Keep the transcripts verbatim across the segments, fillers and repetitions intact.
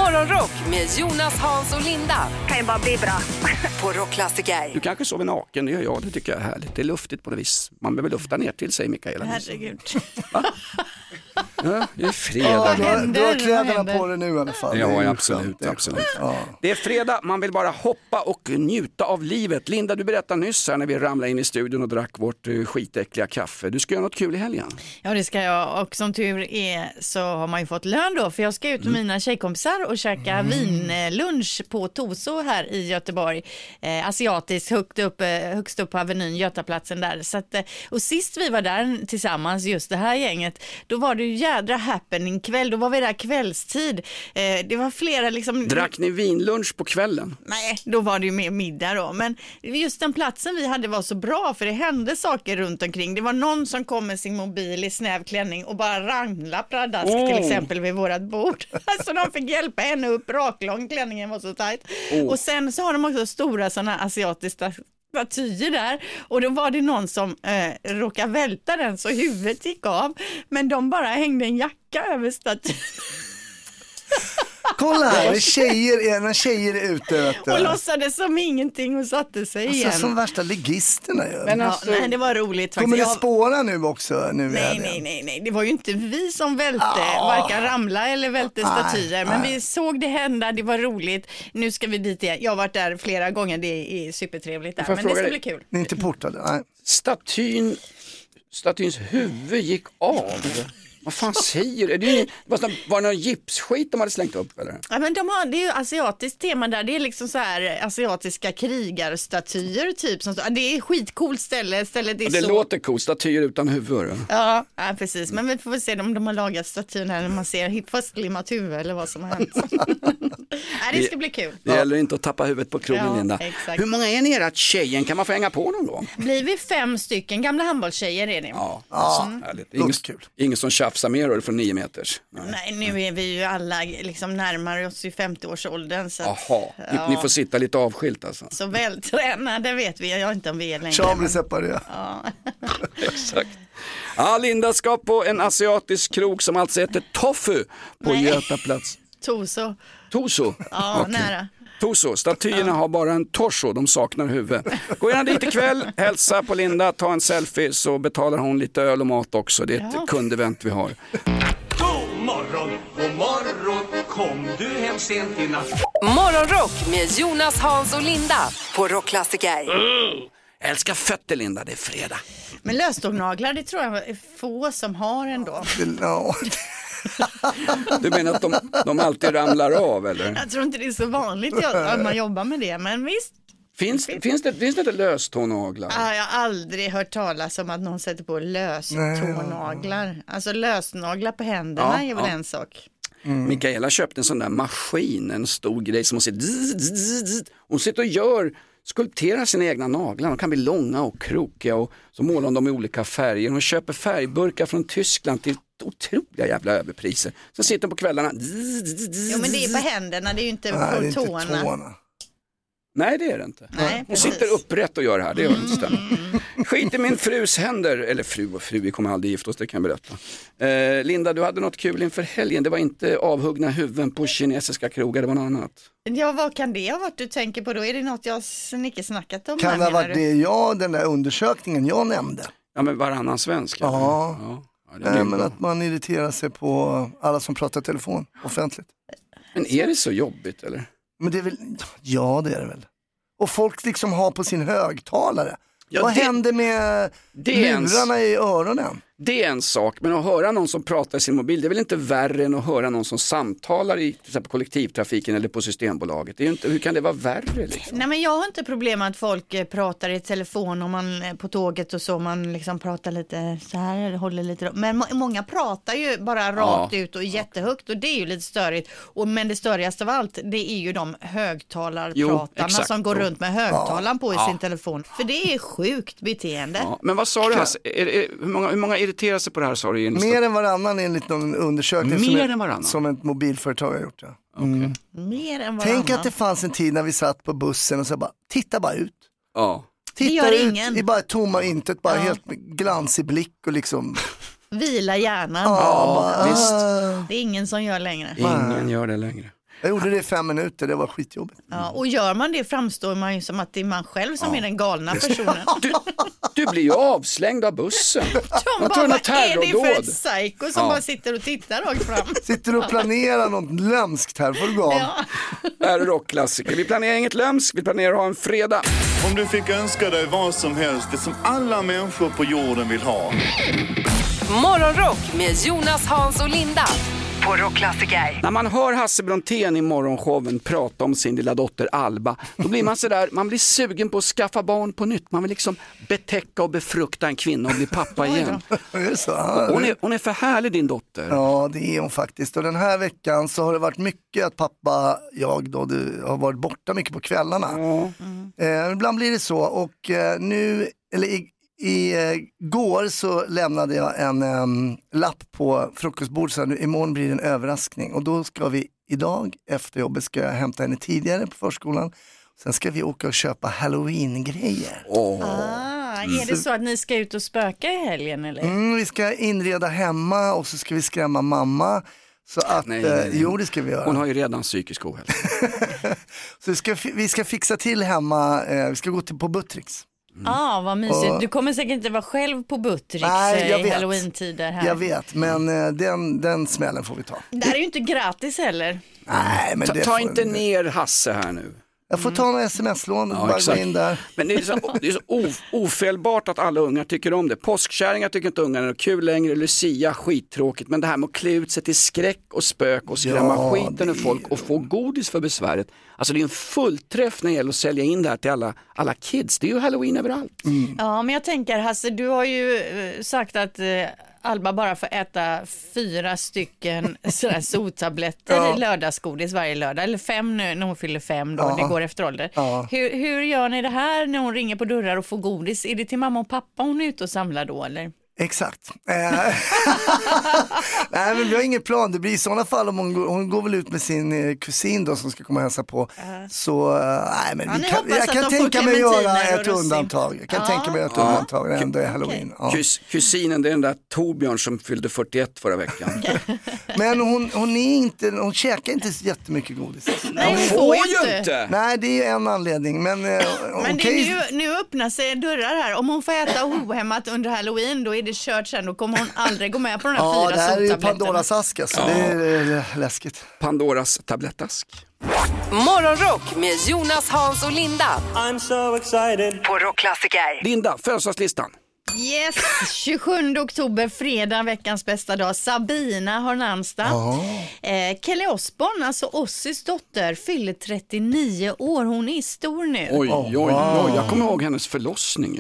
Morgonrock med Jonas, Hans och Linda. Kan ju bara bli bra. På Rockklassiker. Du kanske sover naken, det gör jag, det tycker jag är härligt. Det är luftigt på det vis. Man behöver lufta ner till sig, Mikaela. Herregud. Ja, det är fredag. Vad Du har, händer? du har Vad kläderna händer? på dig nu i alla fall. Ja, Det är ju absolut, skönt, det är absolut. skönt. Ja. Det är fredag, man vill bara hoppa och njuta av livet. Linda, du berättade nyss här när vi ramlade in i studion och drack vårt uh, skitäckliga kaffe. Du ska göra något kul i helgen. Ja, det ska jag. Och som tur är så har man ju fått lön då. För jag ska ut med Mm. mina tjejkompisar och käka mm. vinlunch på Toso här i Göteborg. Eh, asiatiskt, högt upp, eh, högst upp på Avenyn, Götaplatsen där. Så att, eh, och sist vi var där tillsammans, just det här gänget, då var det ju jädra happening kväll. Då var vi där kvällstid. Eh, det var flera liksom... Drack ni vinlunch på kvällen? Nej, då var det ju mer middag då. Men just den platsen vi hade var så bra för det hände saker runt omkring. Det var någon som kom med sin mobil i snäv klänning och bara ramlade pladask Oh. till exempel vid vårat bord. Så de fick hjälpa henne upp raklång, klänningen var så tajt. Oh. Och sen så har de också stora sådana asiatiska statyer där och då var det någon som eh, råkade välta den så huvudet gick av. Men de bara hängde en jacka över statyn. Kolla här, det är tjejer, är, när tjejer är ute. Vet du. Och låtsades som ingenting och satte sig igen. Alltså, som värsta ligisterna gör. Men Ja, alltså, nej, det var roligt faktiskt. Kommer det Jag- spåra nu också? Nu Nej, är nej, nej, nej. Det var ju inte vi som välte, Ah. varken ramla eller välte Nej, statyer. Men nej. vi såg det hända, det var roligt. Nu ska vi dit igen. Jag har varit där flera gånger, det är supertrevligt där. Får jag Men det fråga ska dig? bli kul. Ni är inte portade, nej. statyn, statyns huvud gick av. Vad fan säger du? Är det ju, var det var det någon gipsskit de hade slängt upp eller? Ja, men de har, det är ju asiatiskt tema där. Det är liksom så här asiatiska krigarstatyer typ. Som, det är skitcoolt ställe. Stället är Och det så... låter coolt, statyer utan huvud. Då. Ja, ja, precis. Men vi får väl se om de har lagat statyn här när man ser fastlimmat huvud eller vad som har hänt. Nej, det ska bli kul. Det gäller inte att tappa huvudet på krogen, Ja, Linda. exakt. Hur många är ni era tjejen? Kan man få hänga på någon gång? Blir vi fem stycken gamla handbollstjejer är det? Ja, Ja, härligt. låter Ingen, kul. ingen som tjafsar med er från nio meters. Nej. Nej, nu är vi ju alla liksom närmare oss i femtio-årsåldern. Så, att, Jaha, ni, ja. ni får sitta lite avskilt alltså. så vältränade vet vi. Jag vet inte om vi är längre. Charlie men- separerar. Ja. Exakt. Ja, Linda ska på en asiatisk krog som alltså heter Tofu på Nej. Götaplats. Toso. Toso? Ja, Okej. nära. Toso, statyerna har bara en torso, de saknar huvud. Gå gärna dit ikväll, hälsa på Linda, ta en selfie så betalar hon lite öl och mat också. Det är ett Ja. kundevent vi har. God morgon, god morgon, kom du hem sent i natt? Morgonrock med Jonas, Hans och Linda. På Rockklassiker. Jag älskar fötter, Linda, det är fredag. Men lösdågnaglar, det tror jag är få som har ändå. Ja. Du menar att de, de alltid ramlar av eller? Jag tror inte det är så vanligt att man jobbar med det, men visst. Finns, finns, det, finns det inte löstånaglar? Ja, jag har aldrig hört talas om att någon sätter på löstånaglar. Alltså lösnaglar på händerna Ja, är väl ja. en sak. Mm. Mikaela köpte en sån där maskin, en stor grej som hon sitter, zzz, zzz, zzz. Hon sitter och gör, skulpterar sina egna naglar. De kan bli långa och krokiga och så målar hon dem i olika färger. Hon köper färgburkar från Tyskland till otroliga jävla överpriser. Sen sitter hon på kvällarna. Zzz, zzz, zzz. Jo, men det är på händerna, det är ju inte Nej, det är på inte tårna. tårna. Nej, det är det inte. Nej, Hon precis. sitter upprätt och gör det här, det gör inte stämmer. Skit i min frus händer, eller fru och fru, vi kommer aldrig gifta oss, det kan jag berätta. Eh, Linda, du hade något kul inför helgen, det var inte avhuggna huvuden på kinesiska krogar, det var något annat. Ja, vad kan det ha varit du tänker på då? Är det något jag snicke snackat om? Kan här, det ha menar varit du? det jag, den där undersökningen jag nämnde? Ja, men varannan svensk. eller? Ja. ja. ja det är Nej, bra. men att man irriterar sig på alla som pratar telefon offentligt. men är det så jobbigt eller? Men det är väl, ja det är det väl. Och folk liksom har på sin högtalare. Ja, Vad det- händer med det är en- lurarna i öronen? Det är en sak, men att höra någon som pratar i sin mobil, det är väl inte värre än att höra någon som samtalar i till exempel kollektivtrafiken eller på Systembolaget. Det är ju inte, hur kan det vara värre liksom? Nej, men jag har inte problem med att folk eh, pratar i telefon om man eh, på tåget och så, man liksom pratar lite så här eller håller lite, men må- många pratar ju bara rakt Ja. ut och jättehögt och det är ju lite störigt. Och, men det störigaste av allt, det är ju de högtalarpratarna Jo, exakt. som går Jo. runt med högtalaren på i Ja. sin telefon. För det är sjukt beteende. Ja, men vad sa du här? Är, är, hur, många, hur många irriterar sig på det här sa du? Mer än varannan enligt någon undersökning som, Mer ett- än varannan? som ett mobilföretag har gjort. Ja. Okay. Mer än varannan. Tänk att det fanns en tid när vi satt på bussen och så bara, titta bara ut. Ja. Titta gör ut ingen. i bara tomma intet, bara Ja. helt glansig blick och liksom. Vila hjärnan. Ja, Ja, bara, visst. ah. Det är ingen som gör längre. Ingen gör det längre. Jag gjorde det i fem minuter, det var skitjobbigt. Ja, och gör man det framstår man ju som att det är man själv som ja. är den galna personen. Du, du blir ju avslängd av bussen. De man bara, vad är det för ett psyko som ja. bara sitter och tittar rakt fram? Sitter och planerar något lömskt här, får du gå. Ja. Det här är rockklassiker. Vi planerar inget lömskt, vi planerar att ha en fredag. Om du fick önska dig vad som helst, det som alla människor på jorden vill ha. Morgonrock med Jonas, Hans och Linda på Rockklassiker. När man hör Hasse Brontén i morgonshowen prata om sin lilla dotter Alba, då blir man så där, man blir sugen på att skaffa barn på nytt. Man vill liksom betäcka och befrukta en kvinna och bli pappa igen. Hon är, hon är för härlig, din dotter. Ja, det är hon faktiskt. Och den här veckan så har det varit mycket att pappa, jag då, du, har varit borta mycket på kvällarna. Mm. Eh, ibland blir det så. Och eh, nu, eller i, I eh, går så lämnade jag en um, lapp på frukostbordet, så nu, imorgon blir det en överraskning. Och då ska vi idag, efter jobbet, ska jag hämta henne tidigare på förskolan. Sen ska vi åka och köpa Halloween-grejer. Oh. Ah, är det så att ni ska ut och spöka i helgen eller? Mm, vi ska inreda hemma och så ska vi skrämma mamma. Så att, nej, nej, nej. Jo, det ska vi göra. Hon har ju redan psykisk ohälsa. Så vi ska, vi ska fixa till hemma, eh, vi ska gå till på Buttricks. Mm. Ah, vad mysigt. Och, du kommer säkert inte vara själv på Buttricks i Halloween-tider här. Jag vet, men uh, den, den smällen får vi ta. Det här är ju inte gratis heller. Nej, men ta det ta får, inte ner Hasse här nu. Jag får ta några sms-lån och ja, bara gå in där. Men det är så, det är så of, ofelbart att alla ungar tycker om det. Påskkärringar tycker inte ungarna är kul längre. Lucia, skittråkigt. Men det här med att klä ut sig till skräck och spök och skrämma ja, skiten ur folk och få godis för besväret. Alltså det är en fullträff när det gäller att sälja in det här till alla, alla kids. Det är ju Halloween överallt. Mm. Ja, men jag tänker Hasse, du har ju sagt att... Uh, Alba bara får äta fyra stycken sådär sotabletter ja. i lördagsgodis varje lördag. Eller fem nu när hon fyller fem då. Ja. Det går efter ålder. Ja. Hur, hur gör ni det här när hon ringer på dörrar och får godis? Är det till mamma och pappa hon är ute och samlar då eller? Exakt. Nej, men vi har ingen plan. Det blir i sådana fall om hon går, hon går väl ut med sin eh, kusin då som ska komma och hälsa på. Uh. Så, uh, nej men ja, vi kan, jag kan tänka mig göra ett undantag. Jag kan ja. tänka mig ett ja. undantag när det är Halloween. Okay. Ja. Kus, kusinen, det är den där Torbjörn som fyllde fyrtioett förra veckan. Men hon, hon är inte, hon käkar inte så jättemycket godis. Nej, hon får ju inte. Nej, det är en anledning. Men, eh, men okay. det nu, nu öppnar sig dörrar här. Om hon får äta ohämmat under Halloween, då är det kört sen. Då kommer hon aldrig gå med på de här ja, fyra sotabletterna. Ja, det här är ju Pandoras ask. Så ja. det är läskigt. Pandoras tablettask. Morgonrock med Jonas, Hans och Linda. I'm so excited. På Rockklassiker. Linda, födelsedagslistan. Yes, tjugosjunde oktober, fredag, veckans bästa dag. Sabina har namnsdag. Oh. Eh, Kelly Osbourne, alltså Ozzys dotter, fyller trettionio år. Hon är stor nu. Oj, oj, oj. Jag kommer ihåg hennes förlossning.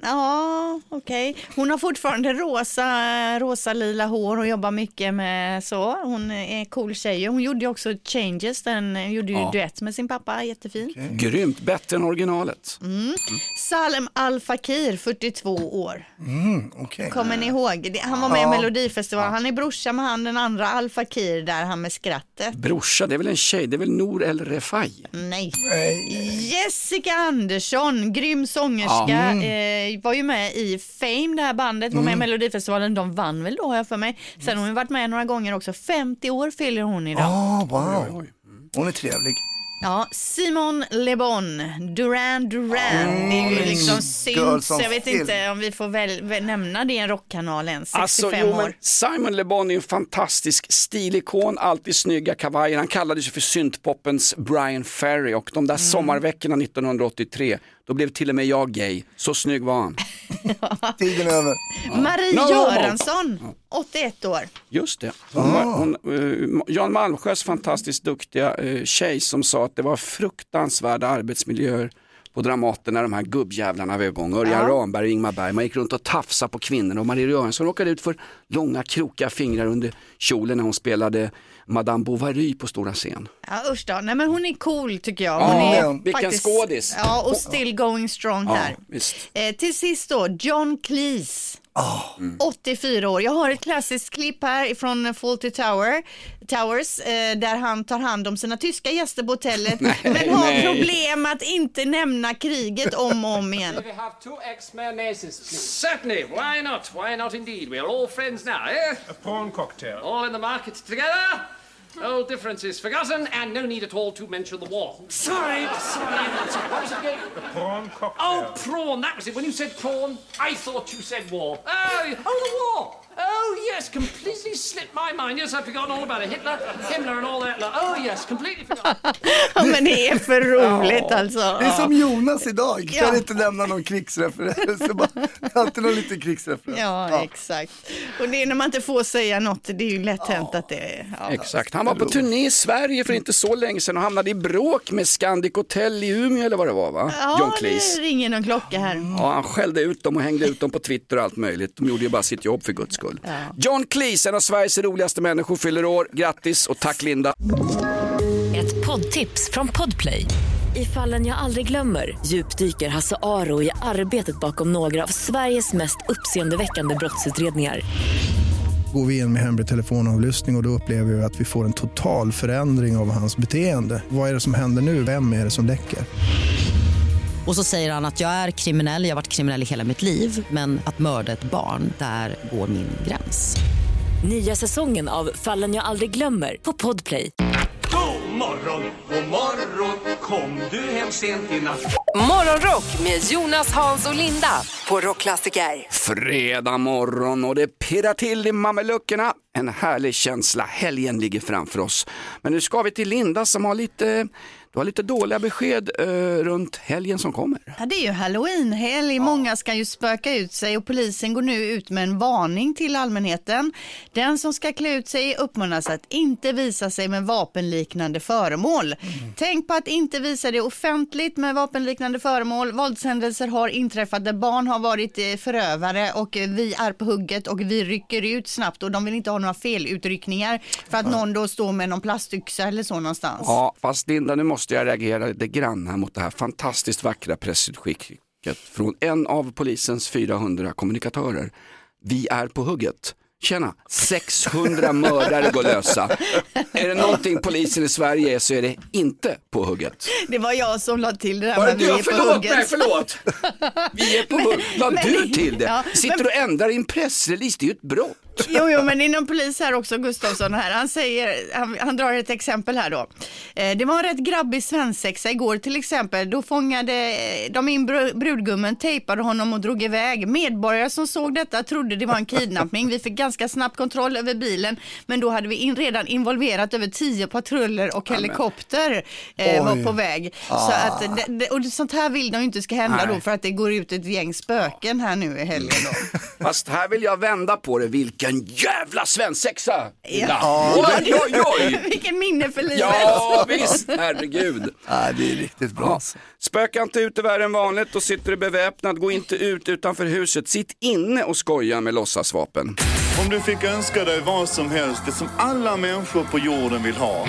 Ja, okej. Okay. Hon har fortfarande rosa, rosa lila hår och jobbar mycket med så. Hon är cool tjej. Hon gjorde ju också Changes, den gjorde ju ja. duett med sin pappa, jättefin. Okay. Grymt, bättre än originalet. Mm. Mm. Salem Al Fakir, fyrtiotvå år. Mm, okay. Kommer ni ihåg? Han var med ja. i Melodifestivalen. Han är brorsa med han den andra Al Fakir där, han med skrattet. Brorsa, det är väl en tjej, det är väl Nour El Refai? Nej. Nej. Jessica Andersson, grym sångerska. Ja. Mm. var ju med i Fame, det här bandet, var med mm. i Melodifestivalen, de vann väl då har jag för mig. Sen har hon varit med några gånger också, femtio år fyller hon idag. Oh, wow. Hon är trevlig. Ja, Simon Le Bon, Duran Duran, mm. det är ju liksom syns, jag vet film. inte om vi får väl, väl nämna det i en rockkanal än, sextiofem alltså, jo, år. Men Simon Le Bon är en fantastisk stilikon, alltid snygga kavajer, han kallades ju för syntpoppens Brian Ferry och de där mm. sommarveckorna nittonhundraåttiotre, då blev till och med jag gay, så snygg var han. Tiden över. Ja. Marie no, Göransson, åttioett år. Just det. Hon var, hon, uh, Jan Malmsjös fantastiskt duktiga uh, tjej som sa att det var fruktansvärda arbetsmiljöer på Dramaten när de här gubbjävlarna var igång. Örjan ja. Ramberg och Ingmar Berg. Man gick runt och tafsade på kvinnorna och Marie Göransson råkade ut för långa krokiga fingrar under kjolen när hon spelade Madame Bovary på stora scen. Ja, usch då. Nej, men hon är cool tycker jag. Hon ja, är vilken faktiskt, skådis. Ja, och still going strong ja, här. Eh, till sist då, John Cleese. Oh. Mm. åttiofyra år. Jag har ett klassiskt klipp här från Fawlty Tower, Towers eh, där han tar hand om sina tyska gäster på hotellet nej, men har nej. problem att inte nämna kriget om och om igen. We have two ex-mayonnaises, certainly, why not? Why not indeed? We are all friends now, eh? A prawn cocktail. All in the market together. Oh, difference is forgotten, and no need at all to mention the war. Sorry, sorry, sorry. What was it again? The prawn cocktail. Oh, prawn, that was it. When you said prawn, I thought you said war. Oh, oh, the war. Oh, yes, completely slipped my mind. Yes, I've forgotten all about it. Hitler, Himmler and all that. Oh, yes, completely forgotten. Ja, men det är för roligt alltså. Det är som Jonas idag, kan Ja. inte lämna någon krigsreferens. Bara, alltid någon liten krigsreferens. Ja, Ja. exakt. Och det är när man inte får säga något, det är ju lätt hänt att det är... Ja. Exakt, han var på turné i Sverige för inte så länge sedan och hamnade i bråk med Scandic Hotel i Umeå eller vad det var, va? John Ja, Cleese. det ringer någon klocka här. Ja, han skällde ut dem och hängde ut dem på Twitter och allt möjligt. De gjorde ju bara sitt jobb för guds skull. Ja. John Cleese, en av Sveriges roligaste människor, fyller år. Grattis och tack Linda. Ett poddtips från Podplay. I Fallen jag aldrig glömmer djupdyker Hasse Aro i arbetet bakom några av Sveriges mest uppseendeväckande brottsutredningar. Går vi in med hemlig telefonavlyssning och, och då upplever vi att vi får en total förändring av hans beteende. Vad är det som händer nu? Vem är det som läcker? Och så säger han att jag är kriminell, jag har varit kriminell i hela mitt liv. Men att mörda ett barn, där går min gräns. Nya säsongen av Fallen jag aldrig glömmer på Podplay. God morgon, god morgon, kom du hem sent i natt? Morgonrock med Jonas, Hans och Linda på Rockklassiker. Fredag morgon och det pirrar till i mameluckorna. En härlig känsla, helgen ligger framför oss. Men nu ska vi till Linda som har lite... Du har lite dåliga besked eh, runt helgen som kommer. Ja, det är ju Halloween-helg. Många ska ju spöka ut sig och polisen går nu ut med en varning till allmänheten. Den som ska klä ut sig uppmanas att inte visa sig med vapenliknande föremål. Mm. Tänk på att inte visa det offentligt med vapenliknande föremål. Våldshändelser har inträffat där barn har varit förövare och vi är på hugget och vi rycker ut snabbt och de vill inte ha några felutryckningar för att någon då står med någon plastyxa eller så någonstans. Ja, fast Linda, nu måste jag reagera lite grann här mot det här fantastiskt vackra pressutskicket från en av polisens fyrahundra kommunikatörer. Vi är på hugget. Tjena, sexhundra mördare går lösa. Är det någonting polisen i Sverige är så är det inte på hugget. Det var jag som lade till det där Var det med vi du? är på Förlåt, hugget. nej förlåt. Vi är på hugget. Lade men- du till det? ja, Sitter men- du och ändrar i en pressrelease? Det är ju ett brott. Jo, jo, men inom polis här också, Gustafsson här, han säger, han, han drar ett exempel här då. Eh, det var en rätt grabbig svensexa igår till exempel, då fångade de in br- brudgummen, tejpade honom och drog iväg. Medborgare som såg detta trodde det var en kidnappning, vi fick ganska snabbt kontroll över bilen, men då hade vi in, redan involverat över tio patruller och helikopter eh, var på väg. Ah. Så att, det, det, och sånt här vill de ju inte ska hända Nej. då för att det går ut ett gäng spöken här nu i helgen då. Fast här vill jag vända på det. Vilken jävla svensexa! Ja. Oj, oj, oj! Vilken minne för livet. Ja, visst, herregud. Ja, det är riktigt bra. Ja. Spöka inte ute värre än vanligt och sitter du beväpnad, gå inte ut utanför huset. Sitt inne och skoja med låtsasvapen. Om du fick önska dig vad som helst, det som alla människor på jorden vill ha.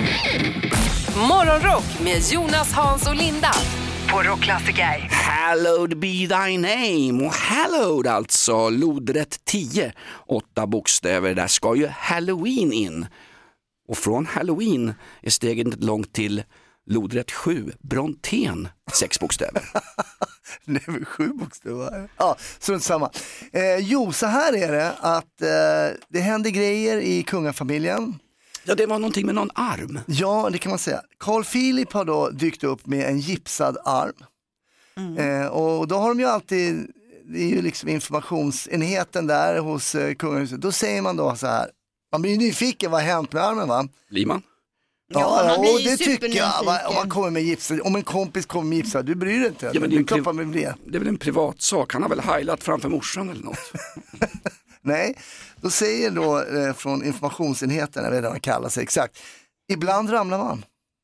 Morgonrock med Jonas, Hans och Linda på Rockklassiker. Hallowed be thy name. Och hallowed alltså, lodrätt tio. Åtta bokstäver, där ska ju Halloween in. Och från Halloween är steget inte långt till lodrätt sju, Brontén, sex bokstäver. Det är väl sju bokstäver. Ja, strunt samma. Eh, jo, så här är det att eh, det händer grejer i kungafamiljen. Ja, det var någonting med någon arm. Ja, det kan man säga. Carl Philip har då dykt upp med en gipsad arm. Mm. Eh, och då har de ju alltid, det är ju liksom informationsenheten där hos eh, kungahuset. Då säger man då så här, man blir ju nyfiken, vad har hänt med armen, va? Blir man? Ja, man blir och ju det tycker jag, va? supernyfiken. Om man kommer med gipsad, om en kompis kommer med gipsad, du bryr dig inte. Ja, men det är det en är klart priv- man blir det. Det är väl en privat sak. Han har väl heilat framför morsan eller något. Nej, då säger då eh, från informationsenheten, jag vet inte vad man kallar sig exakt, ibland ramlar man.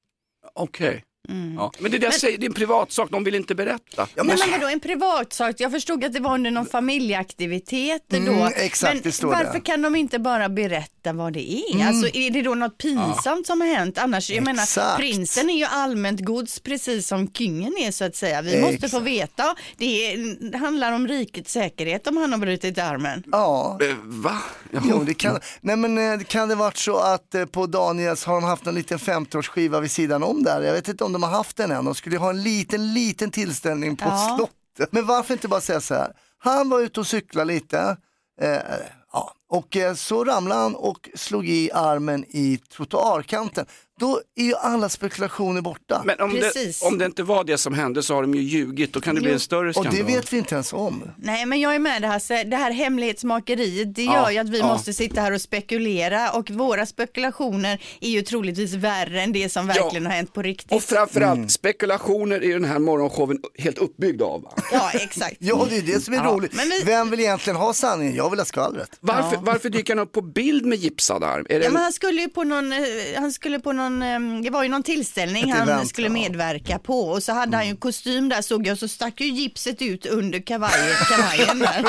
Okej. Ja. Men det, där säger, det är en privat sak, de vill inte berätta. Ja, Nej, men vadå, en privatsak? Jag förstod att det var under någon familjeaktivitet då. Mm, exakt, men det står varför det. kan de inte bara berätta vad det är? Alltså är det då något pinsamt som har hänt? Annars, jag menar, Exakt. prinsen är ju allmänt gods precis som kungen är så att säga. Vi måste Exakt. få veta. Det, är, det handlar om rikets säkerhet om han har brutit armen. Ja, Eh, Va? Jaha. jo, det kan, nej men eh, det kan det varit så att eh, på Daniels har de haft en liten femtioårsskiva vid sidan om där. Jag vet inte om de har haft den än. De skulle ha en liten, liten tillställning på Ja. slottet. Men varför inte bara säga så här? Han var ute och cykla lite. Eh, ja, Och eh, så ramlade han och slog i armen i trottoarkanten. Då är ju alla spekulationer borta. Men om det, om det inte var det som hände så har de ju ljugit. Då kan det bli en större skandal. Och det vet vi inte ens om. Nej, men jag är med det här, det här hemlighetsmakeriet. Det gör ja, ju att vi ja. måste sitta här och spekulera. Och våra spekulationer är ju troligtvis värre än det som verkligen ja. har hänt på riktigt. Och framförallt mm. spekulationer är den här morgonshowen helt uppbyggd av. Ja, exakt. Ja, det är det som är ja. roligt. Men vi... Vem vill egentligen ha sanningen? Jag vill ha skvallret. Varför, ja. varför dyker han upp på bild med gipsad arm? Är det ja, en... men han skulle ju på någon, han skulle på någon, det var ju någon tillställning han event, skulle medverka på. Och så hade mm. han ju en kostym där, såg jag, så stack ju gipset ut under kavajen, kavajen där.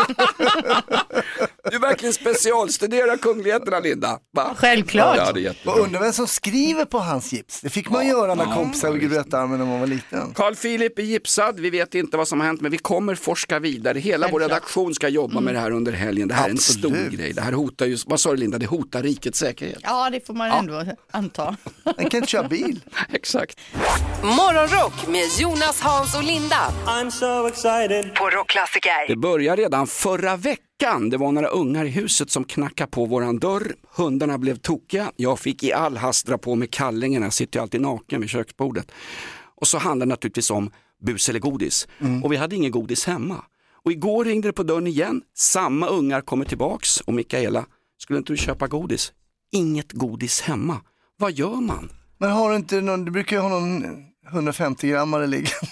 Du verkligen specialstuderar kungligheterna, Linda. Va? Självklart. Ja, det är och undrar vem som skriver på hans gips. Det fick man ja. göra när ja. kompisar och gröt armen när man var liten. Carl Philip är gipsad. Vi vet inte vad som har hänt, men vi kommer forska vidare. Hela Självklart. vår redaktion ska jobba mm. med det här under helgen. Det här Absolut. är en stor grej. Det här hotar ju, vad sa du, Linda? Det hotar rikets säkerhet. Ja, det får man ja. ändå anta. Man kan inte köra bil. Exakt. Morgonrock med Jonas, Hans och Linda. I'm so excited. På Rockklassiker. Det började redan förra veckan. Det var några ungar i huset som knackade på våran dörr. Hundarna blev tokiga. Jag fick i all hast dra på med kallingen. Jag sitter ju alltid naken vid köksbordet. Och så handlade det naturligtvis om bus eller godis. Mm. Och vi hade ingen godis hemma. Och igår ringde det på dörren igen. Samma ungar kommer tillbaks. Och Mikaela, skulle inte du köpa godis? Inget godis hemma. Vad gör man? Men har du inte någon, du brukar ju ha någon hundrafemtio grammare liggande.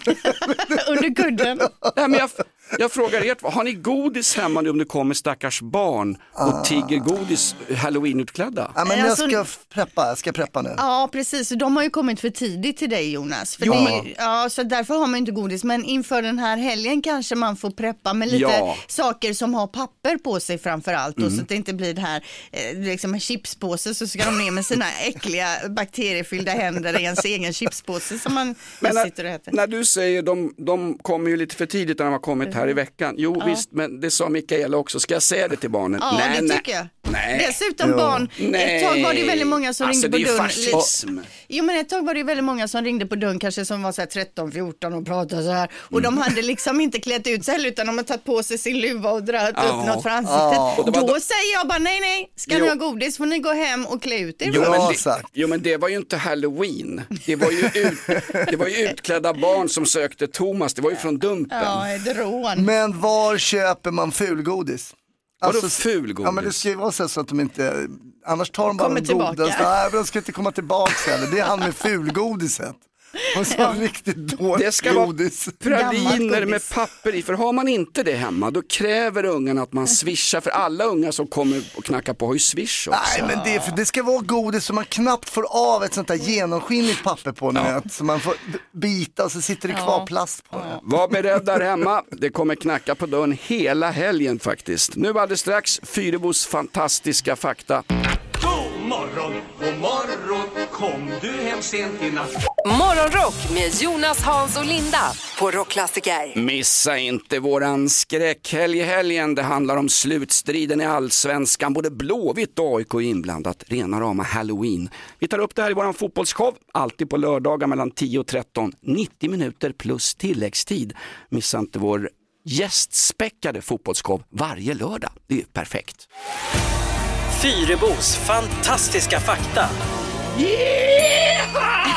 Under kudden. Nej, men jag, jag frågar er, har ni godis hemma nu om det kommer stackars barn och ah. tigger godis Halloween-utklädda? Ja, men jag ska preppa, jag ska preppa nu. Ja, precis. De har ju kommit för tidigt till dig, Jonas. För ja. det, ja, så därför har man inte godis. Men inför den här helgen kanske man får preppa med lite ja. saker som har papper på sig framförallt. Mm. Så att det inte blir det här, liksom en chipspåse, så ska de ner med sina äckliga bakteriefyllda händer i ens egen chipspåse som man men sitter och äter. När du säger de, de kommer ju lite för tidigt när de har kommit här i veckan. Jo ja. visst, men det sa Mikaela också. Ska jag säga det till barnen? Ja, nej, det nej. tycker jag. Nej. Dessutom jo. barn, nej. ett tag var det väldigt många som alltså, ringde på dörren. Fascism. Jo, men ett tag var det väldigt många som ringde på dörren, kanske som var så här tretton fjorton och pratade så här. Och mm. de hade liksom inte klätt ut sig, utan de hade tagit på sig sin luva och dragit ja. upp något för ansiktet. Ja. Då, då säger jag bara nej, nej, ska jo. ni ha godis får ni gå hem och klä ut er. Jo, men det, jo, men det var ju inte Halloween. Det var ju, ut, det var ju utklädda barn som sökte Thomas. Det var ju från Dumpen. Ja, ett rån. Men var köper man fulgodis? Alltså, vadå fulgodis? Ja, men det ska ju vara så att de inte, annars tar de bara kommer de tillbaka. godaste. Nej, de ska inte komma tillbaka heller. Det är han med fulgodiset. Och så ja. riktigt dåligt det ska godis. Vara praliner med papper i. För har man inte det hemma, då kräver ungarna att man swishar. För alla ungar som kommer och knackar på har ju swish också. Nej, men det, för det ska vara godis som man knappt får av ett sånt där genomskinligt papper på. Ja. Så man får bita och så sitter det kvar ja. plast på det. Var beredd där hemma. Det kommer knacka på dörren hela helgen faktiskt. Nu alldeles strax Fyrebos fantastiska fakta. God morgon, god morgon, kom du hem sent i natt. Morgonrock med Jonas, Hans och Linda på Rockklassiker. Missa inte våran skräckhelg i helgen. Det handlar om slutstriden i Allsvenskan. Både Blåvitt och A I K är inblandat. Rena rama Halloween. Vi tar upp det här i våran fotbollsshow. Alltid på lördagar mellan tio och tretton. nittio minuter plus tilläggstid. Missa inte vår gästspäckade fotbollsshow varje lördag. Det är ju perfekt. Fyrebos fantastiska fakta. Yeah!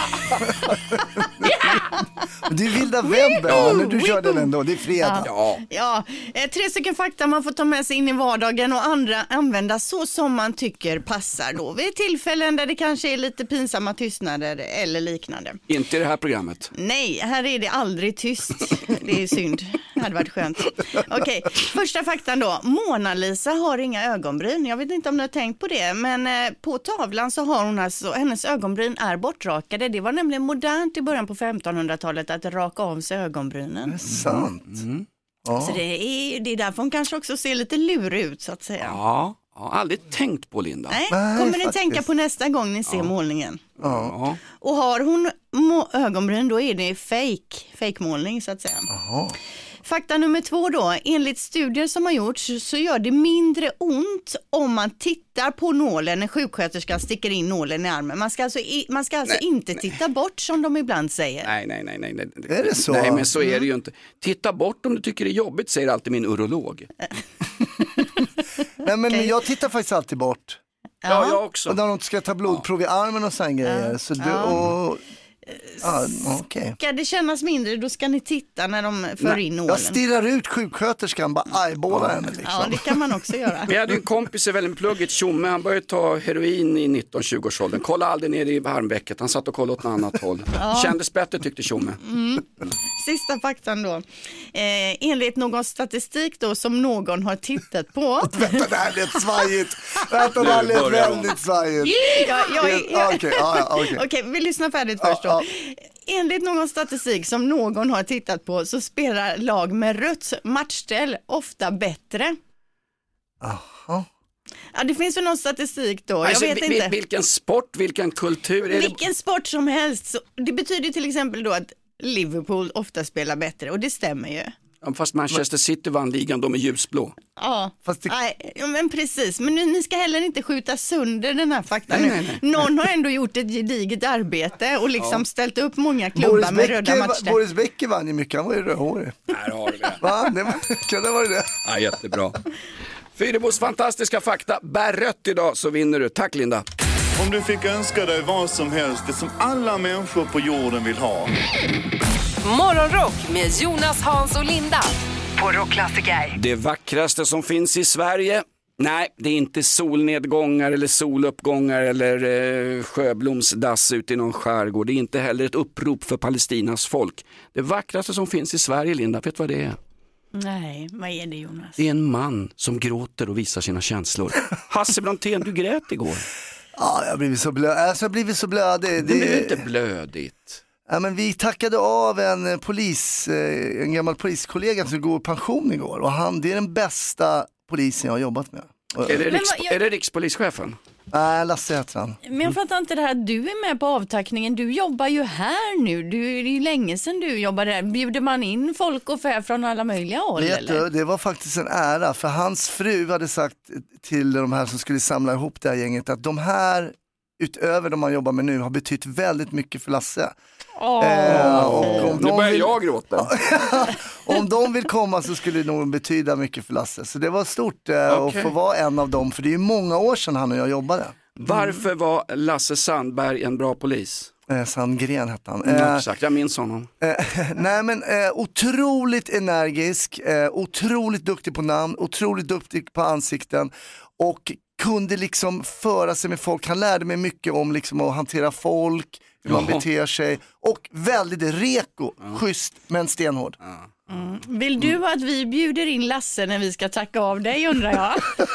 Det är vilda webben, ja, när du kör den ändå, det är fredag. Ja. Ja. Ja. Tre stycken fakta man får ta med sig in i vardagen och andra använda så som man tycker passar då. Vid tillfällen där det kanske är lite pinsamma tystnader eller liknande. Inte i det här programmet. Nej, här är det aldrig tyst. Det är synd. Det hade varit skönt. Okej, första faktan då. Mona Lisa har inga ögonbryn. Jag vet inte om ni har tänkt på det, men eh, på tavlan så har hon alltså, hennes ögonbryn är bortrakade. Det var nämligen modernt i början på femtonhundratalet att raka av sig ögonbrynen. Det är sant. Mm. Ja. Så det är, det är därför hon kanske också ser lite lurig ut så att säga. Ja, jag har aldrig tänkt på Linda. Nej, kommer Nej, ni faktiskt. tänka på nästa gång ni ser ja. målningen. Ja. Och har hon må- ögonbryn då är det fake, fake-målning så att säga. Aha. Fakta nummer två då. Enligt studier som har gjorts så gör det mindre ont om man tittar på nålen när sjuksköterskan sticker in nålen i armen. Man ska alltså, i, man ska alltså nej, inte nej. titta bort som de ibland säger. Nej, nej, nej. nej, nej. Är det så? Nej, men så är det ju inte. Titta bort om du tycker det är jobbigt, säger alltid min urolog. Nej, men Okej. jag tittar faktiskt alltid bort. Ja, jag också. Och när de ska ta blodprov i armen och sån grejer. Så du, och, ja, okej. Ska det kännas mindre, då ska ni titta när de för in nålen. Jag stirrar ut sjuksköterskan, bara eyeballar henne liksom. Ja, det kan man också göra. Vi hade en kompis i väldigt plugget, Tjomme, han började ta heroin i nitton tjugo års åldern. Kolla aldrig ner i armvecket, han satt och kollade åt något annat håll. Kändes bättre tyckte Tjomme. Mm. Sista faktan då. Eh, enligt någon statistik då som någon har tittat på. Vänta, det här lät svajigt. Vänta, det här lät väldigt svajigt. Ja, jag, jag, Ja, okej, ja, ja, okej. Okej, vi lyssnar färdigt först då. Ja, Enligt någon statistik som någon har tittat på så spelar lag med rött matchställ ofta bättre. Aha. Ja, det finns väl någon statistik då, Alltså, jag vet vi- inte. Vilken sport, vilken kultur är det? Vilken sport som helst. Så det betyder till exempel då att Liverpool ofta spelar bättre och det stämmer ju. Ja, fast Manchester City vann ligan, de är ljusblå. Ja, Fast det... nej, ja, men precis. Men nu, ni ska heller inte skjuta sönder den här faktan Nej, nu. nej, nej. Någon har ändå gjort ett gediget arbete och liksom ställt upp många Boris klubbar med röda Becker, matcher. Boris Becker vann ju mycket, han var ju rödhårig. Här har du det. Va? Det var, kan det vara det? Ja, jättebra. Fyrebos fantastiska fakta, bär rött idag så vinner du. Tack Linda. Om du fick önska dig vad som helst, det som alla människor på jorden vill ha. Morgonrock med Jonas, Hans och Linda på Rockklassiker. Det vackraste som finns i Sverige. Nej, det är inte solnedgångar eller soluppgångar eller eh, sjöblomsdass ute i någon skärgård. Det är inte heller ett upprop för Palestinas folk. Det vackraste som finns i Sverige, Linda, vet du vad det är? Nej, vad är det Jonas? Det är en man som gråter och visar sina känslor. Hasse Brontén, du grät igår. Ja, jag har blivit så blöd. Alltså, jag har blivit så blödig. Det är inte blödigt. Ja, men vi tackade av en polis, eh, en gammal poliskollega som går i pension igår. Och han, det är den bästa polisen jag har jobbat med. Och, Är det, riks, vad- jag- är det rikspolischefen? Nej, Lasse heter han. Men jag fattar inte det här, du är med på avtackningen, du jobbar ju här nu, du, det är ju länge sedan du jobbade där. Bjuder man in folk och fär från alla möjliga håll Vet eller? du, det var faktiskt en ära, för hans fru hade sagt till de här som skulle samla ihop det här gänget att de här, utöver de man jobbar med nu, har betytt väldigt mycket för Lasse. Åh, Eh, och om Nu de börjar vill, jag gråta. om de vill komma så skulle det nog betyda mycket för Lasse. Så det var stort eh, Okej. att få vara en av dem, för det är ju många år sedan han och jag jobbade. Varför var Lasse Sandberg en bra polis? Eh, Sandgren hette han. Mm, Eh, exakt, jag minns honom. Eh, nej men eh, otroligt energisk, eh, otroligt duktig på namn, otroligt duktig på ansikten och kunde liksom föra sig med folk. Han lärde mig mycket om liksom att hantera folk, hur man Jaha. beter sig och väldigt reko, schysst men stenhård. Mm. Vill du att vi bjuder in Lasse när vi ska tacka av dig undrar jag?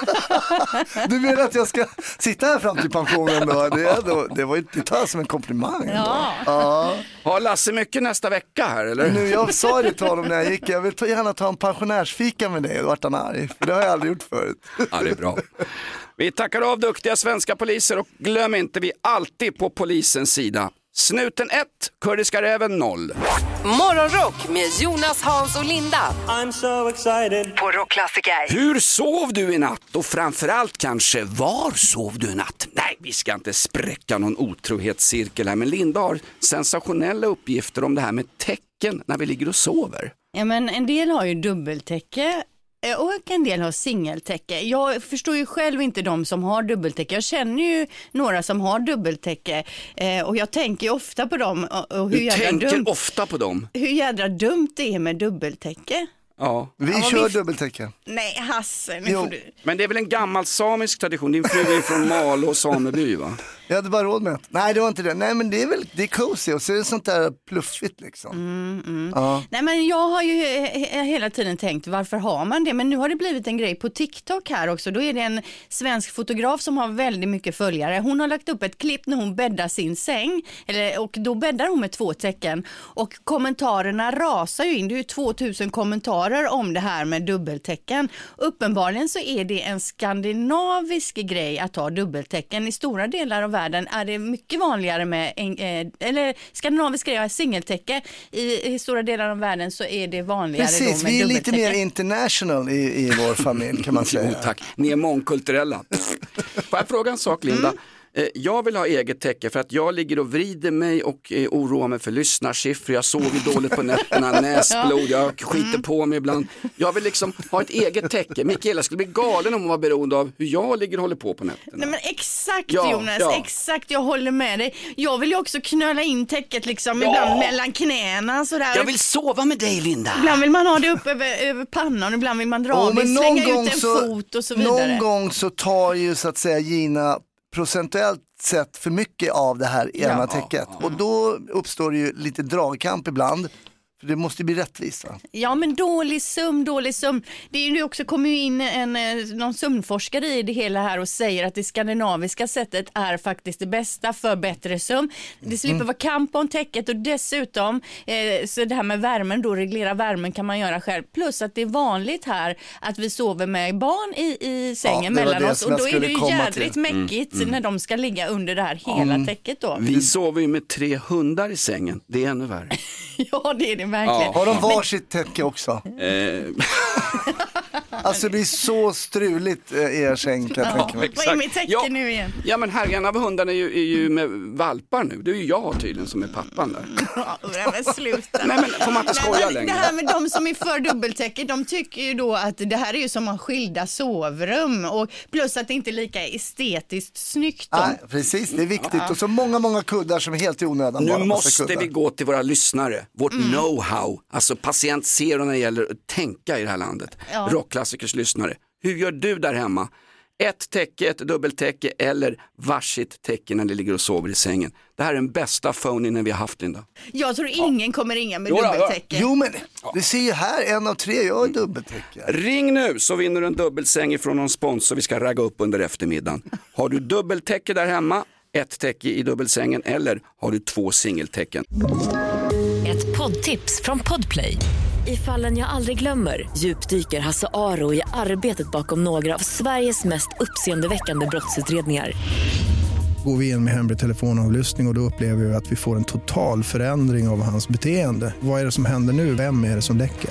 Du menar att jag ska sitta här fram till pensionen då? Det, då, det, var, det tar jag som en komplimang. Ja. Ja. Har Lasse mycket nästa vecka här eller? Nu, jag sa det till honom när jag gick, jag vill ta, gärna ta en pensionärsfika med dig, och vart han arg, för det har jag aldrig gjort förut. Ja, det är bra. Vi tackar av duktiga svenska poliser och glöm inte, vi är alltid på polisens sida. Snuten ett, Kurdiska räven noll. Morgonrock med Jonas, Hans och Linda. I'm so excited. På Rockklassiker. Hur sov du i natt? Och framförallt kanske, var sov du i natt? Nej, vi ska inte spräcka någon otrohetscirkel här, men Linda har sensationella uppgifter om det här med tecken när vi ligger och sover. Ja, men en del har ju dubbeltäcke och en del har singeltäcke. Jag förstår ju själv inte de som har dubbeltäcke. Jag känner ju några som har dubbeltäcke eh, och jag tänker ofta på dem. Och, och hur Du jädra tänker dumt, ofta på dem. hur jädra dumt det är med dubbeltäcke. Ja. Vi Ja, kör vi- dubbeltäcke. Nej, Hasse, nu Jo. får du... Men det är väl en gammal samisk tradition? Din fru är från Malå och sameby, va? Jag hade bara råd med det. Nej, det var inte det. Nej, men det är väl, det är cozy och så är det sånt där pluffigt liksom. Mm, mm. Ja. Nej, men jag har ju he- hela tiden tänkt, varför har man det? Men nu har det blivit en grej på TikTok här också. Då är det en svensk fotograf som har väldigt mycket följare. Hon har lagt upp ett klipp när hon bäddar sin säng. Eller, och då bäddar hon med två tecken. Och kommentarerna rasar ju in. Det är ju tvåtusen kommentarer om det här med dubbeltecken. Uppenbarligen så är det en skandinavisk grej att ha dubbeltecken. I stora delar av världen är det mycket vanligare med en, eh, eller skandinavisk grej, singeltäcke. I, I stora delar av världen så är det vanligare då Precis, med vi är lite dubbeltäcke. mer international i, i vår familj kan man säga. Jo, tack. Ni är mångkulturella. Får jag fråga en sak, Linda? Eh, jag vill ha eget täcke för att jag ligger och vrider mig och eh, oroar mig för lyssnarsiffror. Jag sover dåligt på nätterna, näsblod, jag skiter på mig ibland. Jag vill liksom ha ett eget täcke. Mikaela skulle bli galen om hon var beroende av hur jag ligger och håller på på nätterna. Nej men exakt Ja, Jonas, ja. exakt, jag håller med dig. Jag vill ju också knöla in täcket liksom Ja. ibland mellan knäna sådär. Jag vill sova med dig, Linda. Ibland vill man ha det upp över, över pannan, ibland vill man dra Ja, av men det, slänga någon gång ut en så- fot och så vidare. Någon gång så tar ju så att säga Gina procentuellt sett för mycket av det här ena Ja. täcket. Och då uppstår det ju lite dragkamp ibland. För det måste ju bli rättvist, va? Ja men dålig sömn, dålig sömn. Det är ju också, kommer ju in en, eh, någon sömnforskare i det hela här och säger att det skandinaviska sättet är faktiskt det bästa för bättre sömn. Det slipper Mm. vara kamp om täcket och dessutom eh, så det här med värmen då, reglera värmen kan man göra själv. Plus att det är vanligt här att vi sover med barn i, i sängen Ja, det var mellan det oss som och jag då är skulle det ju komma jädrigt till. mäckigt Mm, mm. när de ska ligga under det här hela Mm. täcket då. Vi sover ju med tre hundar i sängen. Det är ännu värre. Ja det är det verkligen. Ja. Har de varsitt täcke också? Eh, Alltså det blir så struligt eh, i er säng kan jag tänka mig. Vad är mitt täcke Ja. nu igen? ja men herren av hundarna är ju, är ju med valpar nu. Det är ju jag tydligen som är pappan där. Ja, men sluta. Nej men får man inte skoja Nej, men längre? Det här med de som är för dubbeltäcke, de tycker ju då att det här är ju som att ha skilda sovrum och plus att det inte är lika estetiskt snyggt. Då. Nej, precis, det är viktigt. Och så många, många kuddar som är helt i onödan. Nu bara, massa måste kuddar. vi gå till våra lyssnare, vårt know-how, alltså patient zero när det gäller att tänka i det här landet. Ja. Rockklassikers lyssnare. Hur gör du där hemma? Ett täcke, ett dubbeltäcke eller varsitt täcke när ni ligger och sover i sängen. Det här är den bästa phone-in vi har haft, Linda. Jag tror ingen kommer ringa med Jo då, dubbeltäcke. Jo men, du ser ju här, en av tre, jag har dubbeltäcke. Ring nu så vinner du en dubbelsäng ifrån någon sponsor vi ska ragga upp under eftermiddagen. Har du dubbeltäcke där hemma, ett täcke i dubbelsängen eller har du två singeltäcken? Ett poddtips från Podplay. I Fallen jag aldrig glömmer djupdyker Hasse Aro i arbetet bakom några av Sveriges mest uppseendeväckande brottsutredningar. Går vi in med hemlig telefonavlyssning och, och då upplever vi att vi får en total förändring av hans beteende. Vad är det som händer nu? Vem är det som läcker?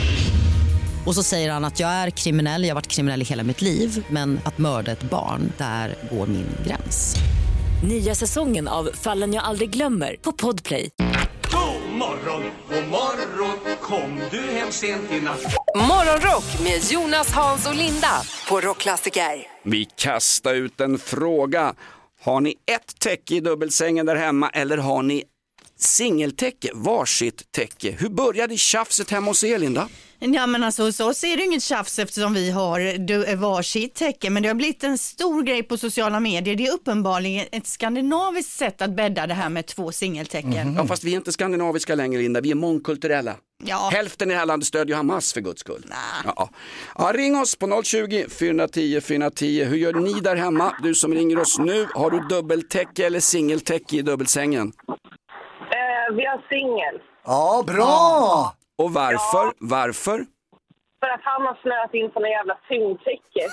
Och så säger han att jag är kriminell, jag har varit kriminell i hela mitt liv. Men att mörda ett barn, där går min gräns. Nya säsongen av Fallen jag aldrig glömmer på Podplay. God morgon, god morgon, kom du hem sent i natt? Morgonrock med Jonas, Hans och Linda på Rockklassiker. Vi kastar ut en fråga. Har ni ett täcke i dubbelsängen där hemma eller har ni singeltäcke, varsitt täcke? Hur började tjafset hemma hos er, Linda? Ja men alltså hos oss är det inget tjafs eftersom vi har du- varsitt täcke, men det har blivit en stor grej på sociala medier. Det är uppenbarligen ett skandinaviskt sätt att bädda det här med två singeltäcken. Mm. Ja, fast vi är inte skandinaviska längre, Linda. Vi är mångkulturella. Ja. Hälften i det här landet stödjer Hamas för guds skull. Ja. Ja, ring oss på noll tjugo, fyra tio, fyra tio. Hur gör ni där hemma? Du som ringer oss nu, har du dubbeltäcke eller singeltäcke i dubbelsängen? Eh, vi har singel. Ja, bra! Och varför? Ja. Varför? För att han har snöat in på någon jävla tyngdtäcke.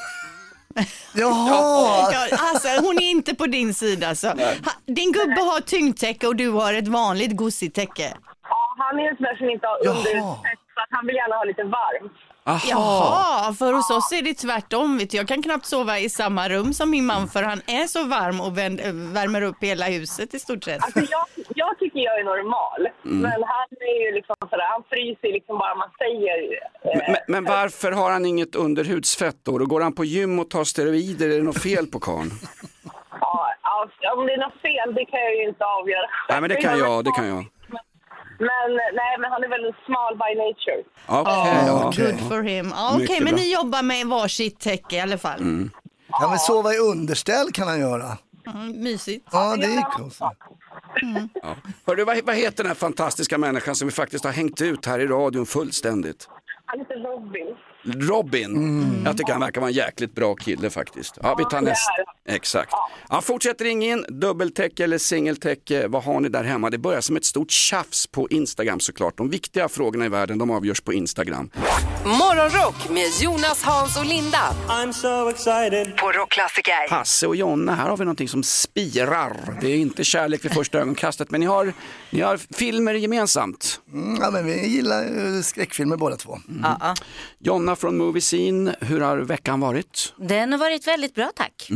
Jaha! Ja, alltså, hon är inte på din sida. Så. Ha, din gubbe har tyngdtäcke och du har ett vanligt gossigt täcke. Ja, han är en sån där som inte har Jaha. underhudsfett så att han vill gärna ha lite varmt. Aha. Jaha, för hos oss är det tvärtom. Vet du. Jag kan knappt sova i samma rum som min man för han är så varm och vänd, värmer upp hela huset i stort sett. Alltså jag, jag tycker jag är normal, Mm. men han är ju liksom sådär, han fryser liksom bara man säger. Eh, Men, men varför har han inget underhudsfett då? Då går han på gym och tar steroider, är det något fel på karln? ja, ja, om det är något fel, det kan jag ju inte avgöra. Nej men det kan jag, det kan jag. Men nej, men han är väldigt smal by nature. Okej, Ja, okej. good for him. Ja, Okej, Mycket men bra. ni jobbar med varsitt täcke i alla fall. Mm. Kan väl sova i underställ kan han göra. mysigt. Ja, det är konstigt. Mm. Ja. Hörru, vad, vad heter den här fantastiska människan som vi faktiskt har hängt ut här i radion fullständigt? Han heter Robin. Robin. Mm. Jag tycker han verkar vara en jäkligt bra kille faktiskt. Ja, vi tar nästa. Exakt. Ja, fortsätt ring in. Dubbeltäcke eller singeltäcke. Vad har ni där hemma? Det börjar som ett stort tjafs på Instagram såklart. De viktiga frågorna i världen, de avgörs på Instagram. Morgonrock med Jonas, Hans och Linda. I'm so excited. På Rockklassiker. Hasse och Jonna, här har vi någonting som spirar. Det är inte kärlek vid första ögonkastet, men ni har, ni har filmer gemensamt. Mm, ja, men vi gillar uh, skräckfilmer båda två. Mm. Jonna från Movie Scene, hur har veckan varit? Den har varit väldigt bra, tack. Mm.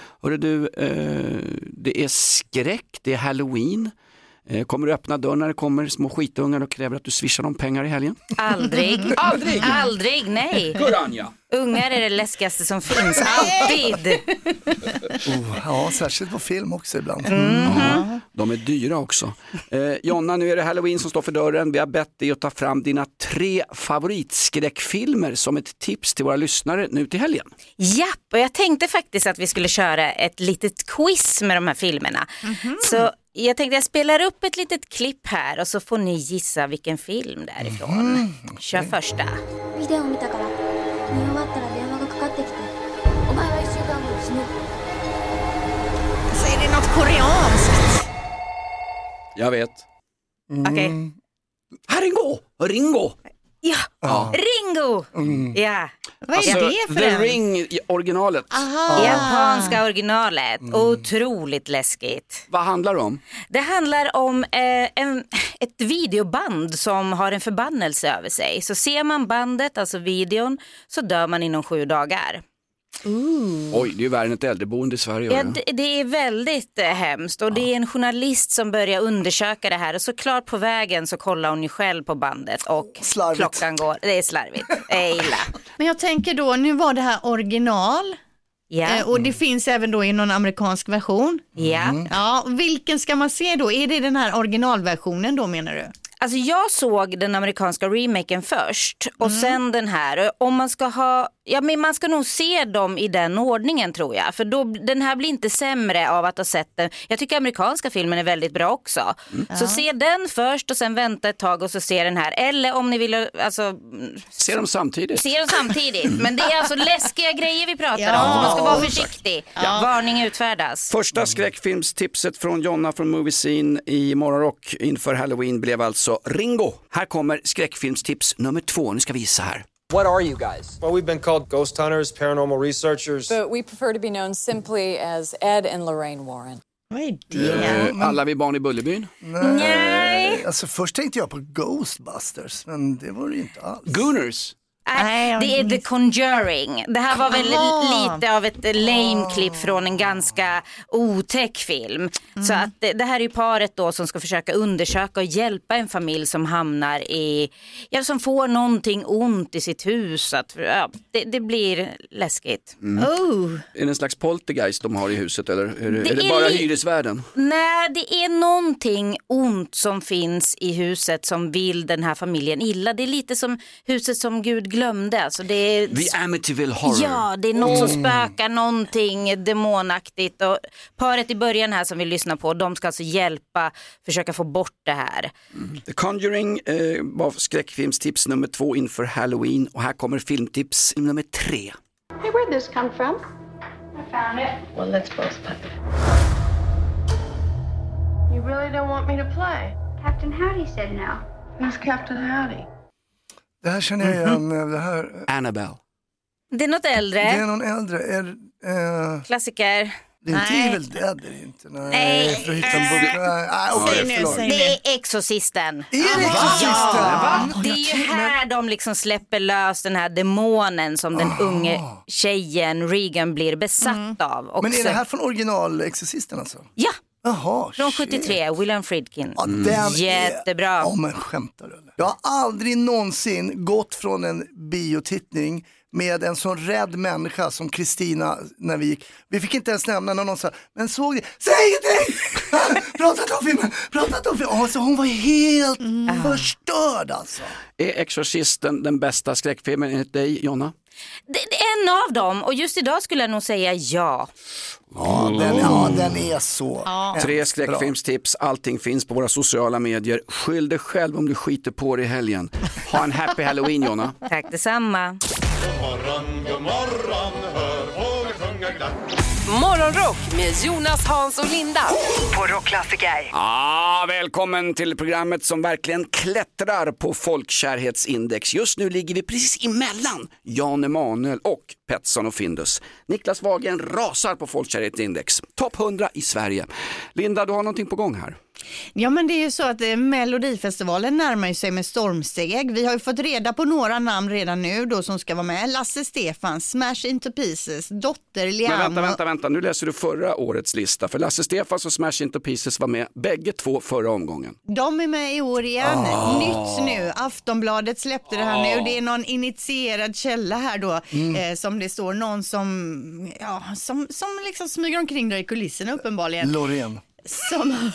Hörru du, eh, det är skräck, det är Halloween. Eh, kommer du öppna dörren när det kommer små skitungar och kräver att du swishar dem pengar i helgen? Aldrig. Aldrig? Aldrig, nej. Guranja. Ungar är det läskigaste som finns, alltid. Oh, ja, särskilt på film också ibland. Mm. Ja, de är dyra också. Eh, Jonna, nu är det Halloween som står för dörren. Vi har bett dig att ta fram dina tre favoritskräckfilmer som ett tips till våra lyssnare nu till helgen. Japp, och jag tänkte faktiskt att vi skulle köra ett litet quiz med de här filmerna. Mm-hmm. Så jag tänkte jag spelar upp ett litet klipp här och så får ni gissa vilken film därifrån. Mm, okay. Kör första. Så är det något koreanskt? Jag vet. Mm. Okej. Okay. Ringo! Ringo! Ja, ja. Ringo! Mm. Ja. Vad är alltså, det för The en? Ring i originalet. Aha. Japanska originalet. Mm. Otroligt läskigt. Vad handlar det om? Det handlar om eh, en, ett videoband som har en förbannelse över sig. Så ser man bandet, alltså videon, så dör man inom sju dagar. Ooh. Oj, det är ju värre än ett äldreboende i Sverige. Ja, det, det är väldigt eh, hemskt. Och ja. Det är en journalist som börjar undersöka det här. Och såklart på vägen så kollar hon ju själv på bandet. Och slarvigt. Klockan går. Det är slarvigt. Det är illa. Men jag tänker då, nu var det här original. Ja. Eh, och det finns även då i någon amerikansk version. Ja. Mm. Ja, vilken ska man se då? Är det den här originalversionen då, menar du? Alltså jag såg den amerikanska remaken först och mm. sen den här. Om man ska ha, ja men man ska nog se dem i den ordningen tror jag. För då, den här blir inte sämre av att ha sett den. Jag tycker amerikanska filmen är väldigt bra också. Mm. Så ja. Se den först och sen vänta ett tag och så se den här. Eller om ni vill, alltså... Se dem samtidigt. Se dem samtidigt. Men det är alltså läskiga grejer vi pratar ja. om. Så man ska vara försiktig. Ja. Varning utfärdas. Första skräckfilmstipset från Jonna från Movie Scene i Morgonrock inför Halloween blev alltså Ringo. Här kommer skräckfilmstips nummer två. Nu ska vi visa här. What are you guys? Well, we've been called ghost hunters, paranormal researchers. But we prefer to be known simply as Ed and Lorraine Warren. Vad är det? Uh, alla vi barn i Bullerbyn? Nej. Alltså först tänkte jag på Ghostbusters, men det var det ju inte alls. Gooners? Nej, det är The Conjuring. Det här var väl lite av ett lame-klipp från en ganska otäck film. Mm. Så att det, det här är ju paret då som ska försöka undersöka och hjälpa en familj som hamnar i, ja, som får någonting ont i sitt hus. Att, ja, det, det blir läskigt. Mm. Oh. Är det en slags poltergeist de har i huset eller är det, det, är det bara li- hyresvärden? Nej, det är någonting ont som finns i huset som vill den här familjen illa. Det är lite som huset som Gud glömde. Alltså det är, The Amityville Horror. Ja, det är något som spökar, någonting demonaktigt. Och paret i början här som vi lyssnar på, de ska alltså hjälpa, försöka få bort det här. Mm. The Conjuring eh, var skräckfilmstips nummer två inför Halloween. Och här kommer filmtips nummer tre. Hey, where'd this come from? I found it. Well, let's both play. You really don't want me to play? Captain Howdy said no. Who's Captain Howdy? Det här känner jag igen. Det här... Annabelle. Det är något äldre. Det är någon äldre. Är, uh... Klassiker. Det är inte Nej. Evil Dead, det är inte. Nej, Nej. för att hitta en bok. Nej, okej, nu, förlåt. det är Exorcisten. Är det Exorcisten? Ja, det är ju här de liksom släpper lös den här demonen som den unge tjejen Regan blir besatt mm. av. Också. Men är det här från original Exorcisten alltså? Ja. Jaha, från sjuttiotre, William Friedkin. Ja, den jättebra. Ja, men skämtar du? Jag har aldrig någonsin gått från en biotittning med en sån rädd människa som Kristina när vi gick. Vi fick inte ens nämna när någon sa, men såg det? Säg ingenting! Prata inte om filmen! Prata inte om filmen! Alltså, hon var helt mm. förstörd alltså. Är Exorcisten den bästa skräckfilmen enligt dig, Jonna? Det, det är en av dem och just idag skulle jag nog säga ja. Ja, den, ja, den är så. Ja. Tre skräckfilmstips, allting finns på våra sociala medier. Skyll dig själv om du skiter på dig i helgen. Ha en happy Halloween, Jonna. Tack detsamma. God morgon, god morgon, hör fåglar sjunga glatt. Morgonrock med Jonas, Hans och Linda på Rockklassiker. Ah, välkommen till programmet som verkligen klättrar på folkkärhetsindex. Just nu ligger vi precis emellan Jan Emanuel och Petson och Findus. Niklas Wagen rasar på folkkärhetsindex. Topp hundra i Sverige. Linda, du har någonting på gång här. Ja, men det är ju så att eh, Melodifestivalen närmar sig med stormsteg. Vi har ju fått reda på några namn redan nu då som ska vara med. Lasse Stefans, Smash Into Pieces, Dotter Liam. Men vänta, vänta, vänta. Nu läser du förra årets lista. För Lasse Stefans och Smash Into Pieces var med bägge två förra omgången. De är med i år igen. Oh. Nytt nu. Aftonbladet släppte det här Oh. nu. Det är någon initierad källa här då. Mm. Eh, som det står någon som, ja, som, som liksom smyger omkring där i kulisserna uppenbarligen. Loreen. Som...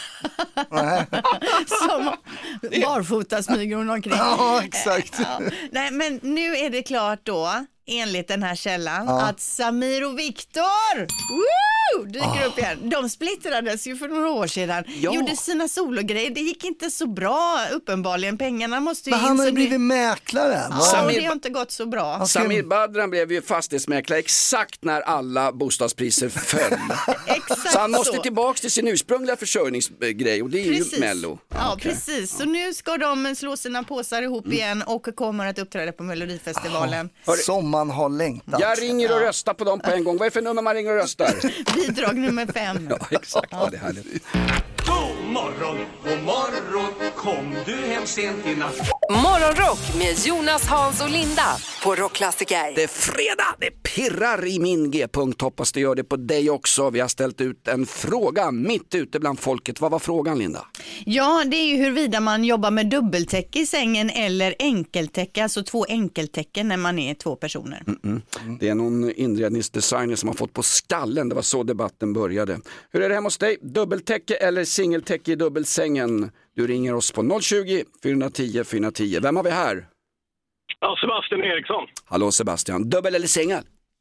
som barfota smyger hon omkring. Ja, exakt. Ja. Nej, men nu är det klart då, enligt den här källan, ja. att Samir och Viktor woo, dyker oh. upp igen. De splittrades ju för några år sedan. Ja. Gjorde sina sologrejer. Det gick inte så bra uppenbarligen. Pengarna måste ju Men han in, har ju så blivit det... mäklare. Ja, Samir... det har inte gått så bra. Samir Badran blev ju fastighetsmäklare exakt när alla bostadspriser föll. Exakt så han måste så. tillbaka till sin ursprungliga försörjningsgrej och det är Precis. ju Mello. Ja, okay. precis. Så nu ska de slå sina påsar ihop mm. igen och kommer att uppträda på Melodifestivalen. Hör... Som man har längtat. Jag ringer och röstar på dem på en gång. Vad är för nummer man ringer och röstar? Bidrag nummer fem. Ja, exakt. Ja, det är härligt. God morgon, god morgon, kom du hem sent i natt. Morgonrock med Jonas, Hans och Linda på Rockklassiker. Det är fredag, det pirrar i min G-punkt. Hoppas det gör det på dig också. Vi har ställt ut en fråga mitt ute bland folket. Vad var frågan, Linda? Ja, det är ju huruvida man jobbar med dubbeltäcke i sängen eller enkeltäcke, alltså två enkeltäcken när man är två personer. Mm-mm. Det är någon inredningsdesigner som har fått på skallen. Det var så debatten började. Hur är det hemma hos dig? Dubbeltäcke eller singeltäcke i dubbelsängen? Du ringer oss på noll tjugo, fyra tio, fyra tio. Vem har vi här? Ja, Sebastian Eriksson. Hallå Sebastian, dubbel eller singel?